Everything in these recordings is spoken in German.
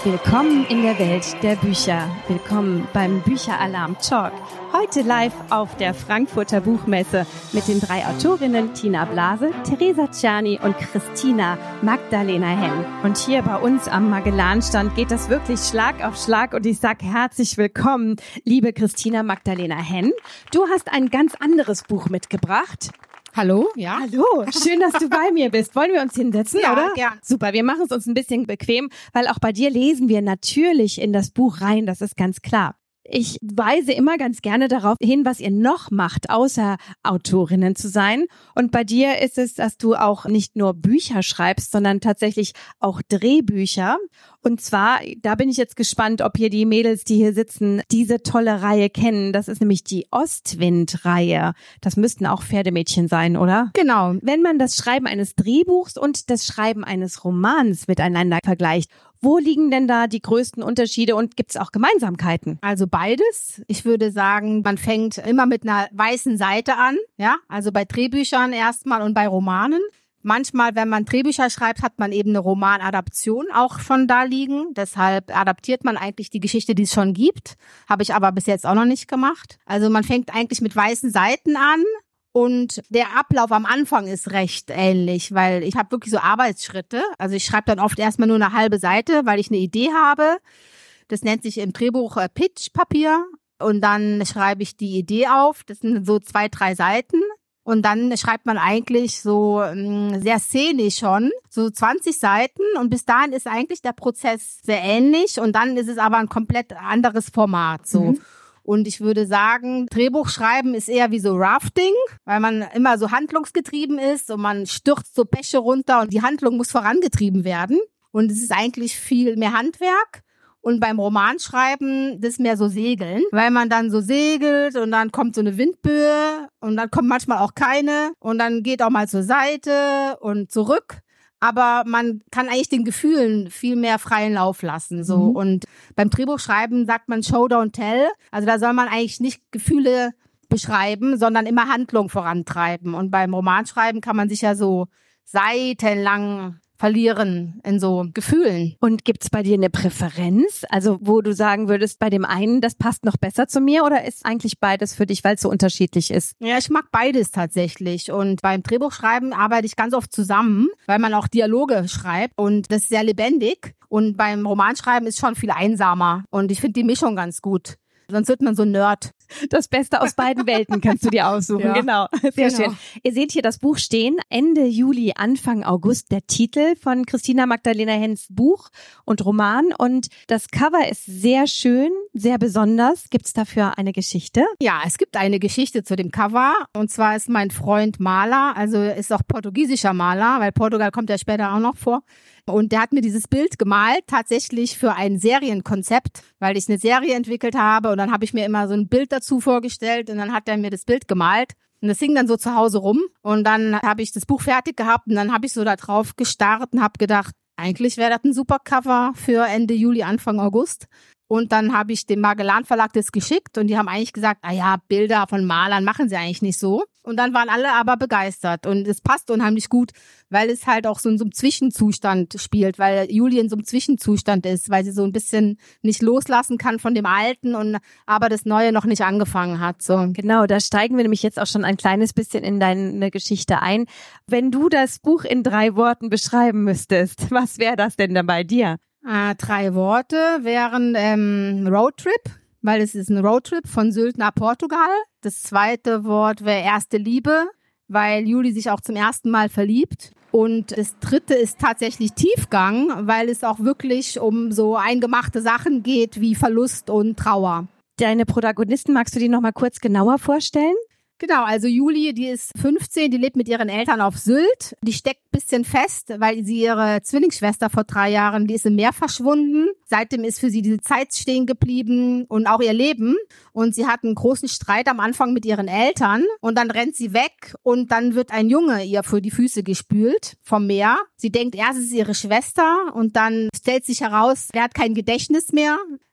Willkommen in der Welt der Bücher. Willkommen beim Bücheralarm Talk. Heute live auf der Frankfurter Buchmesse mit den 3 Autorinnen Tina Blase, Theresa Czerny und Christina Magdalena Henn. Und hier bei uns am Magellanstand geht das wirklich Schlag auf Schlag und ich sage herzlich willkommen, liebe Christina Magdalena Henn. Du hast ein ganz anderes Buch mitgebracht. Hallo, ja. Hallo, schön, dass du bei mir bist. Wollen wir uns hinsetzen, ja, oder? Ja, super, wir machen es uns ein bisschen bequem, weil auch bei dir lesen wir natürlich in das Buch rein, das ist ganz klar. Ich weise immer ganz gerne darauf hin, was ihr noch macht, außer Autorinnen zu sein. Und bei dir ist es, dass du auch nicht nur Bücher schreibst, sondern tatsächlich auch Drehbücher. Und zwar, da bin ich jetzt gespannt, ob hier die Mädels, die hier sitzen, diese tolle Reihe kennen. Das ist nämlich die Ostwind-Reihe. Das müssten auch Pferdemädchen sein, oder? genau. Wenn man das Schreiben eines Drehbuchs und das Schreiben eines Romans miteinander vergleicht, wo liegen denn da die größten Unterschiede und gibt es auch Gemeinsamkeiten? Also beides. Ich würde sagen, man fängt immer mit einer weißen Seite an, ja, also bei Drehbüchern erstmal und bei Romanen. Manchmal, wenn man Drehbücher schreibt, hat man eben eine Romanadaption auch schon da liegen. Deshalb adaptiert man eigentlich die Geschichte, die es schon gibt. Habe ich aber bis jetzt auch noch nicht gemacht. Also man fängt eigentlich mit weißen Seiten an. Und der Ablauf am Anfang ist recht ähnlich, weil ich habe wirklich so Arbeitsschritte. Also ich schreibe dann oft erstmal nur eine halbe Seite, weil ich eine Idee habe. Das nennt sich im Drehbuch Pitch-Papier. Und dann schreibe ich die Idee auf. Das sind so 2, 3 Seiten. Und dann schreibt man eigentlich so sehr szenisch schon, so 20 Seiten. Und bis dahin ist eigentlich der Prozess sehr ähnlich. Und dann ist es aber ein komplett anderes Format so. Und ich würde sagen, Drehbuchschreiben ist eher wie so Rafting, weil man immer so handlungsgetrieben ist und man stürzt so Bäche runter und die Handlung muss vorangetrieben werden. Und es ist eigentlich viel mehr Handwerk. Und beim Romanschreiben, das ist mehr so Segeln, weil man dann so segelt und dann kommt so eine Windböe und dann kommt manchmal auch keine und dann geht auch mal zur Seite und zurück. Aber man kann eigentlich den Gefühlen viel mehr freien Lauf lassen, so. Und beim Drehbuchschreiben sagt man Show, don't tell. Also da soll man eigentlich nicht Gefühle beschreiben, sondern immer Handlung vorantreiben. Und beim Romanschreiben kann man sich ja so seitenlang verlieren in so Gefühlen. Und gibt's bei dir eine Präferenz? Also wo du sagen würdest, bei dem einen, das passt noch besser zu mir oder ist eigentlich beides für dich, weil es so unterschiedlich ist? Ja, ich mag beides tatsächlich. Und beim Drehbuchschreiben arbeite ich ganz oft zusammen, weil man auch Dialoge schreibt und das ist sehr lebendig. Und beim Romanschreiben ist schon viel einsamer und ich finde die Mischung ganz gut. Sonst wird man so ein Nerd. Das Beste aus beiden Welten kannst du dir aussuchen. Ja, genau. Sehr schön. Ihr seht hier das Buch stehen. Ende Juli, Anfang August der Titel von Christina Magdalena Henns Buch und Roman. Und das Cover ist sehr schön, sehr besonders. Gibt es dafür eine Geschichte? Ja, es gibt eine Geschichte zu dem Cover. Und zwar ist mein Freund Maler, also ist auch portugiesischer Maler, weil Portugal kommt ja später auch noch vor. Und der hat mir dieses Bild gemalt, tatsächlich für ein Serienkonzept, weil ich eine Serie entwickelt habe. Und dann habe ich mir immer so ein Bild dazu vorgestellt und dann hat er mir das Bild gemalt. Und das hing dann so zu Hause rum. Und dann habe ich das Buch fertig gehabt und dann habe ich so da drauf gestarrt und habe gedacht, eigentlich wäre das ein super Cover für Ende Juli, Anfang August. Und dann habe ich dem Magellan Verlag das geschickt und die haben eigentlich gesagt, Bilder von Malern machen sie eigentlich nicht so. Und dann waren alle aber begeistert und es passt unheimlich gut, weil es halt auch so in so einem Zwischenzustand spielt, weil Juli in so einem Zwischenzustand ist, weil sie so ein bisschen nicht loslassen kann von dem Alten und aber das Neue noch nicht angefangen hat. So. Genau, da steigen wir nämlich jetzt auch schon ein kleines bisschen in deine Geschichte ein. Wenn du das Buch in 3 Worten beschreiben müsstest, was wäre das denn dann bei dir? 3 Worte wären Roadtrip, weil es ist ein Roadtrip von Sylt nach Portugal. Das 2. Wort wäre erste Liebe, weil Juli sich auch zum ersten Mal verliebt. Und das 3. ist tatsächlich Tiefgang, weil es auch wirklich um so eingemachte Sachen geht wie Verlust und Trauer. Deine Protagonisten, magst du die noch mal kurz genauer vorstellen? Genau, also Juli, die ist 15, die lebt mit ihren Eltern auf Sylt. Die steckt ein bisschen fest, weil sie ihre Zwillingsschwester vor 3 Jahren, die ist im Meer verschwunden. Seitdem ist für sie diese Zeit stehen geblieben und auch ihr Leben. Und sie hat einen großen Streit am Anfang mit ihren Eltern und dann rennt sie weg und dann wird ein Junge ihr vor die Füße gespült vom Meer. Sie denkt erst, es ist ihre Schwester und dann stellt sich heraus, er hat kein Gedächtnis mehr.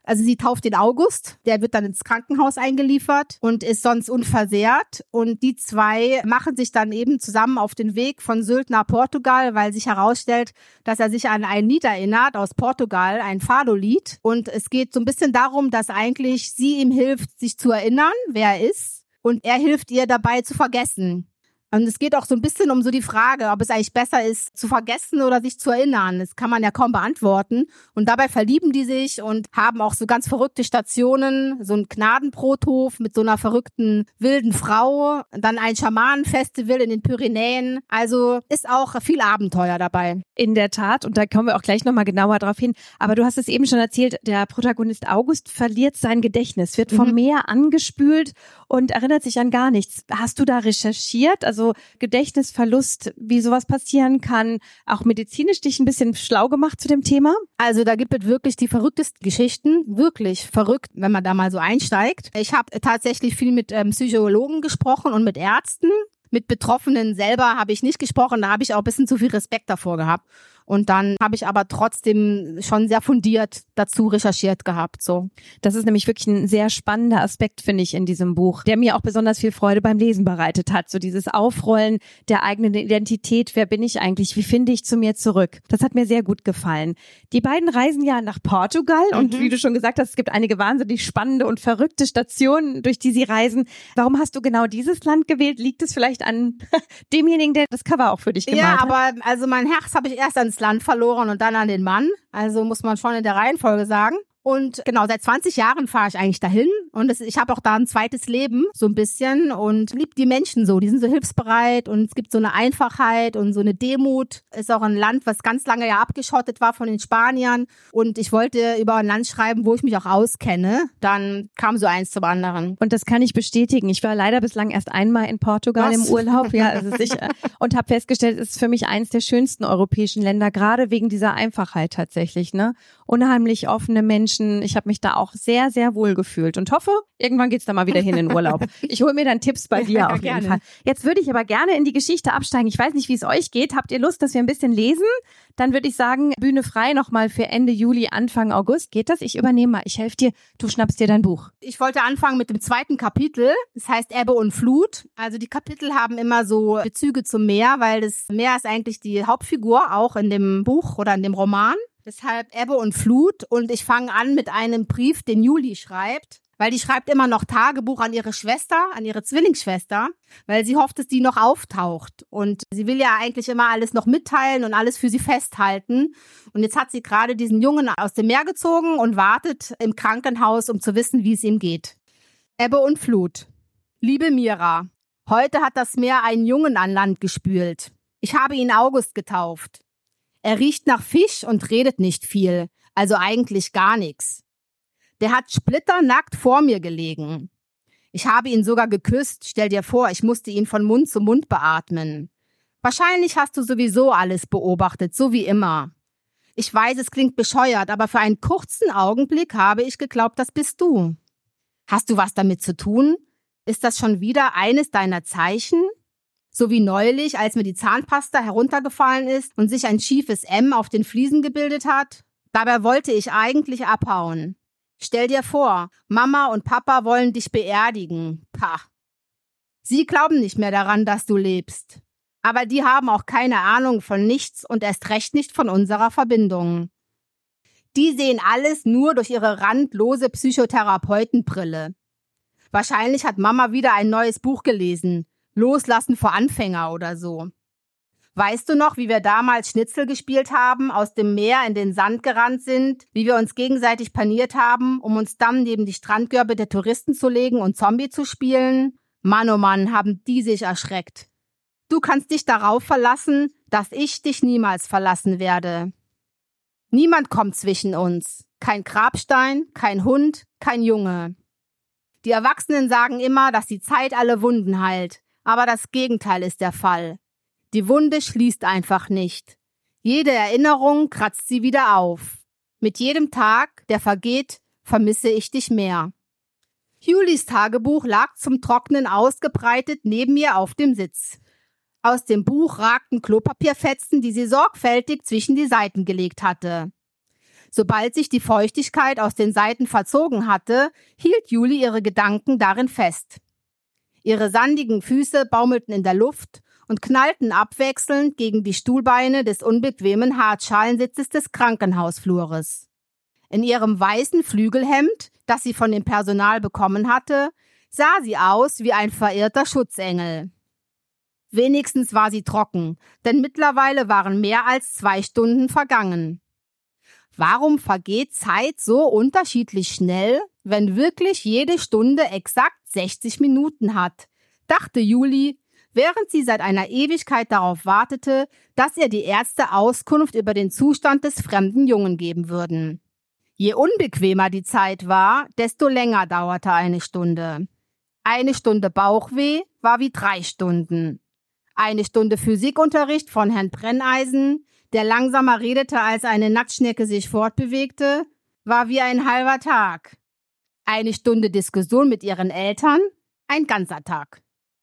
Also sie tauft den August, der wird dann ins Krankenhaus eingeliefert und ist sonst unversehrt. Und die zwei machen sich dann eben zusammen auf den Weg von Sylt nach Portugal, weil sich herausstellt, dass er sich an ein Lied erinnert aus Portugal, ein Fado-Lied. Und es geht so ein bisschen darum, dass eigentlich sie ihm hilft, sich zu erinnern, wer er ist. Und er hilft ihr dabei zu vergessen. Und es geht auch so ein bisschen um so die Frage, ob es eigentlich besser ist, zu vergessen oder sich zu erinnern. Das kann man ja kaum beantworten. Und dabei verlieben die sich und haben auch so ganz verrückte Stationen, so ein Gnadenbrothof mit so einer verrückten wilden Frau, dann ein Schamanenfestival in den Pyrenäen. Also ist auch viel Abenteuer dabei. In der Tat, und da kommen wir auch gleich nochmal genauer drauf hin. Aber du hast es eben schon erzählt, der Protagonist August verliert sein Gedächtnis, wird vom Meer angespült und erinnert sich an gar nichts. Hast du da recherchiert? Also Gedächtnisverlust, wie sowas passieren kann, auch medizinisch dich ein bisschen schlau gemacht zu dem Thema? Also da gibt es wirklich die verrücktesten Geschichten, wirklich verrückt, wenn man da mal so einsteigt. Ich habe tatsächlich viel mit Psychologen gesprochen und mit Ärzten. Mit Betroffenen selber habe ich nicht gesprochen, da habe ich auch ein bisschen zu viel Respekt davor gehabt. Und dann habe ich aber trotzdem schon sehr fundiert dazu recherchiert gehabt. So. Das ist nämlich wirklich ein sehr spannender Aspekt, finde ich, in diesem Buch, der mir auch besonders viel Freude beim Lesen bereitet hat. So dieses Aufrollen der eigenen Identität. Wer bin ich eigentlich? Wie finde ich zu mir zurück? Das hat mir sehr gut gefallen. Die beiden reisen ja nach Portugal und wie du schon gesagt hast, es gibt einige wahnsinnig spannende und verrückte Stationen, durch die sie reisen. Warum hast du genau dieses Land gewählt? Liegt es vielleicht an demjenigen, der das Cover auch für dich gemalt hat? Ja, aber also mein Herz habe ich erst ans Land verloren und dann an den Mann. Also muss man schon in der Reihenfolge sagen. Und genau, seit 20 Jahren fahre ich eigentlich dahin und ich habe auch da ein zweites Leben, so ein bisschen, und liebe die Menschen so, die sind so hilfsbereit und es gibt so eine Einfachheit und so eine Demut. Ist auch ein Land, was ganz lange ja abgeschottet war von den Spaniern und ich wollte über ein Land schreiben, wo ich mich auch auskenne. Dann kam so eins zum anderen. Und das kann ich bestätigen. Ich war leider bislang erst einmal in Portugal im Urlaub, ja, also sicher, und habe festgestellt, es ist für mich eins der schönsten europäischen Länder, gerade wegen dieser Einfachheit tatsächlich, ne? Unheimlich offene Menschen. Ich habe mich da auch sehr, sehr wohl gefühlt und hoffe, irgendwann geht's da mal wieder hin in Urlaub. Ich hole mir dann Tipps bei dir auf jeden Fall. Jetzt würde ich aber gerne in die Geschichte absteigen. Ich weiß nicht, wie es euch geht. Habt ihr Lust, dass wir ein bisschen lesen? Dann würde ich sagen, Bühne frei nochmal für Ende Juli, Anfang August. Geht das? Ich übernehme mal. Ich helfe dir. Du schnappst dir dein Buch. Ich wollte anfangen mit dem zweiten Kapitel. Das heißt Ebbe und Flut. Also die Kapitel haben immer so Bezüge zum Meer, weil das Meer ist eigentlich die Hauptfigur auch in dem Buch oder in dem Roman. Deshalb Ebbe und Flut und ich fange an mit einem Brief, den Juli schreibt, weil die schreibt immer noch Tagebuch an ihre Schwester, an ihre Zwillingsschwester, weil sie hofft, dass die noch auftaucht und sie will ja eigentlich immer alles noch mitteilen und alles für sie festhalten und jetzt hat sie gerade diesen Jungen aus dem Meer gezogen und wartet im Krankenhaus, um zu wissen, wie es ihm geht. Ebbe und Flut. Liebe Mira, heute hat das Meer einen Jungen an Land gespült. Ich habe ihn August getauft. Er riecht nach Fisch und redet nicht viel, also eigentlich gar nichts. Der hat splitternackt vor mir gelegen. Ich habe ihn sogar geküsst, stell dir vor, ich musste ihn von Mund zu Mund beatmen. Wahrscheinlich hast du sowieso alles beobachtet, so wie immer. Ich weiß, es klingt bescheuert, aber für einen kurzen Augenblick habe ich geglaubt, das bist du. Hast du was damit zu tun? Ist das schon wieder eines deiner Zeichen? So wie neulich, als mir die Zahnpasta heruntergefallen ist und sich ein schiefes M auf den Fliesen gebildet hat. Dabei wollte ich eigentlich abhauen. Stell dir vor, Mama und Papa wollen dich beerdigen. Pah. Sie glauben nicht mehr daran, dass du lebst. Aber die haben auch keine Ahnung von nichts und erst recht nicht von unserer Verbindung. Die sehen alles nur durch ihre randlose Psychotherapeutenbrille. Wahrscheinlich hat Mama wieder ein neues Buch gelesen. Loslassen vor Anfänger oder so. Weißt du noch, wie wir damals Schnitzel gespielt haben, aus dem Meer in den Sand gerannt sind, wie wir uns gegenseitig paniert haben, um uns dann neben die Strandkörbe der Touristen zu legen und Zombie zu spielen? Mann, oh Mann, haben die sich erschreckt. Du kannst dich darauf verlassen, dass ich dich niemals verlassen werde. Niemand kommt zwischen uns. Kein Grabstein, kein Hund, kein Junge. Die Erwachsenen sagen immer, dass die Zeit alle Wunden heilt. Aber das Gegenteil ist der Fall. Die Wunde schließt einfach nicht. Jede Erinnerung kratzt sie wieder auf. Mit jedem Tag, der vergeht, vermisse ich dich mehr. Julis Tagebuch lag zum Trocknen ausgebreitet neben mir auf dem Sitz. Aus dem Buch ragten Klopapierfetzen, die sie sorgfältig zwischen die Seiten gelegt hatte. Sobald sich die Feuchtigkeit aus den Seiten verzogen hatte, hielt Julie ihre Gedanken darin fest. Ihre sandigen Füße baumelten in der Luft und knallten abwechselnd gegen die Stuhlbeine des unbequemen Hartschalensitzes des Krankenhausflures. In ihrem weißen Flügelhemd, das sie von dem Personal bekommen hatte, sah sie aus wie ein verirrter Schutzengel. Wenigstens war sie trocken, denn mittlerweile waren mehr als 2 Stunden vergangen. Warum vergeht Zeit so unterschiedlich schnell, wenn wirklich jede Stunde exakt 60 Minuten hat, dachte Julie, während sie seit einer Ewigkeit darauf wartete, dass ihr die Ärzte Auskunft über den Zustand des fremden Jungen geben würden. Je unbequemer die Zeit war, desto länger dauerte eine Stunde. 1 Stunde Bauchweh war wie 3 Stunden. 1 Stunde Physikunterricht von Herrn Brenneisen, der langsamer redete, als eine Nacktschnecke sich fortbewegte, war wie ein halber Tag. 1 Stunde Diskussion mit ihren Eltern, ein ganzer Tag.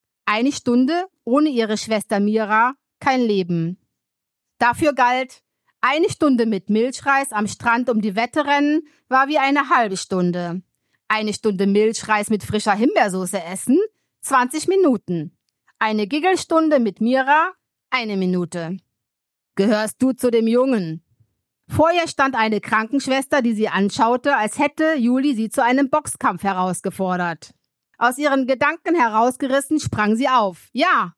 1 Stunde ohne ihre Schwester Mira, kein Leben. Dafür galt, 1 Stunde mit Milchreis am Strand um die Wette rennen, war wie eine halbe Stunde. 1 Stunde Milchreis mit frischer Himbeersoße essen, 20 Minuten. Eine Giggelstunde mit Mira, 1 Minute. Gehörst du zu dem Jungen? Vor ihr stand eine Krankenschwester, die sie anschaute, als hätte Julie sie zu einem Boxkampf herausgefordert. Aus ihren Gedanken herausgerissen sprang sie auf. Ja.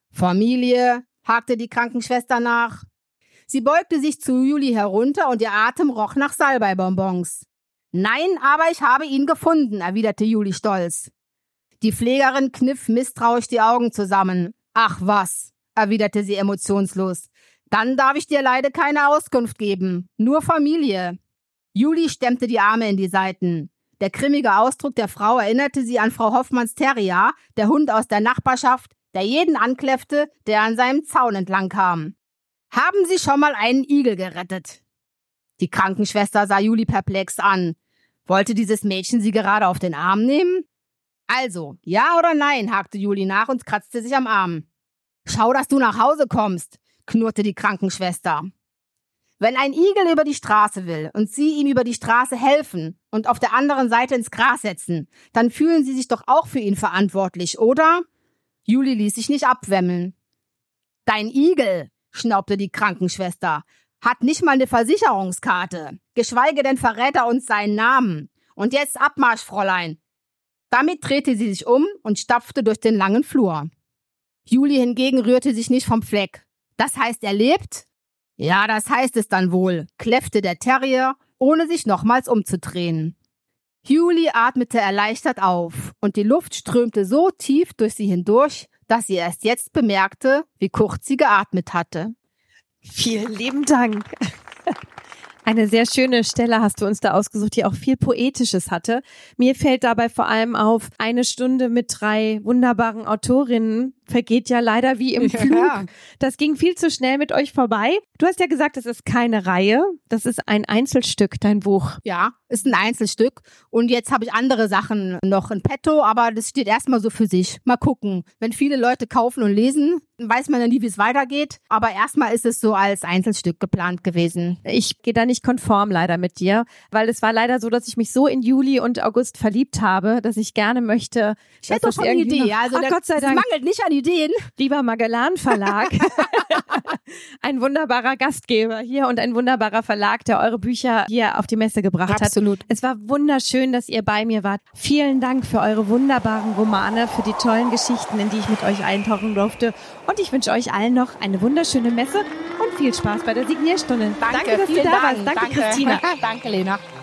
Familie, hakte die Krankenschwester nach. Sie beugte sich zu Julie herunter und ihr Atem roch nach Salbeibonbons. Nein, aber ich habe ihn gefunden, erwiderte Julie stolz. Die Pflegerin kniff misstrauisch die Augen zusammen. Ach was, erwiderte sie emotionslos. Dann darf ich dir leider keine Auskunft geben. Nur Familie. Julie stemmte die Arme in die Seiten. Der grimmige Ausdruck der Frau erinnerte sie an Frau Hoffmanns Terrier, der Hund aus der Nachbarschaft, der jeden ankläffte, der an seinem Zaun entlang kam. Haben Sie schon mal einen Igel gerettet? Die Krankenschwester sah Julie perplex an. Wollte dieses Mädchen sie gerade auf den Arm nehmen? Also, ja oder nein, hakte Julie nach und kratzte sich am Arm. Schau, dass du nach Hause kommst, knurrte die Krankenschwester. Wenn ein Igel über die Straße will und Sie ihm über die Straße helfen und auf der anderen Seite ins Gras setzen, dann fühlen Sie sich doch auch für ihn verantwortlich, oder? Julie ließ sich nicht abwemmeln. Dein Igel, schnaubte die Krankenschwester, hat nicht mal eine Versicherungskarte, geschweige denn verrät er uns seinen Namen. Und jetzt Abmarsch, Fräulein. Damit drehte sie sich um und stapfte durch den langen Flur. Julie hingegen rührte sich nicht vom Fleck. Das heißt, er lebt? Ja, das heißt es dann wohl, kläffte der Terrier, ohne sich nochmals umzudrehen. Julie atmete erleichtert auf und die Luft strömte so tief durch sie hindurch, dass sie erst jetzt bemerkte, wie kurz sie geatmet hatte. Vielen lieben Dank. Eine sehr schöne Stelle hast du uns da ausgesucht, die auch viel Poetisches hatte. Mir fällt dabei vor allem auf, 1 Stunde mit 3 wunderbaren Autorinnen vergeht ja leider wie im Flug. Ja. Das ging viel zu schnell mit euch vorbei. Du hast ja gesagt, es ist keine Reihe. Das ist ein Einzelstück, dein Buch. Ja, ist ein Einzelstück. Und jetzt habe ich andere Sachen noch in petto, aber das steht erstmal so für sich. Mal gucken. Wenn viele Leute kaufen und lesen, weiß man ja nie, wie es weitergeht. Aber erstmal ist es so als Einzelstück geplant gewesen. Ich gehe da nicht konform leider mit dir, weil es war leider so, dass ich mich so in Juli und August verliebt habe, dass ich gerne möchte. Ich hätte doch schon eine Idee. Also Gott sei Dank. Es mangelt nicht an Ideen. Lieber Magellan Verlag, ein wunderbarer Gastgeber hier und ein wunderbarer Verlag, der eure Bücher hier auf die Messe gebracht hat. Absolut. Es war wunderschön, dass ihr bei mir wart. Vielen Dank für eure wunderbaren Romane, für die tollen Geschichten, in die ich mit euch eintauchen durfte. Und ich wünsche euch allen noch eine wunderschöne Messe und viel Spaß bei der Signierstunde. Danke, dass du da warst. Danke, Christina. Danke, Lena.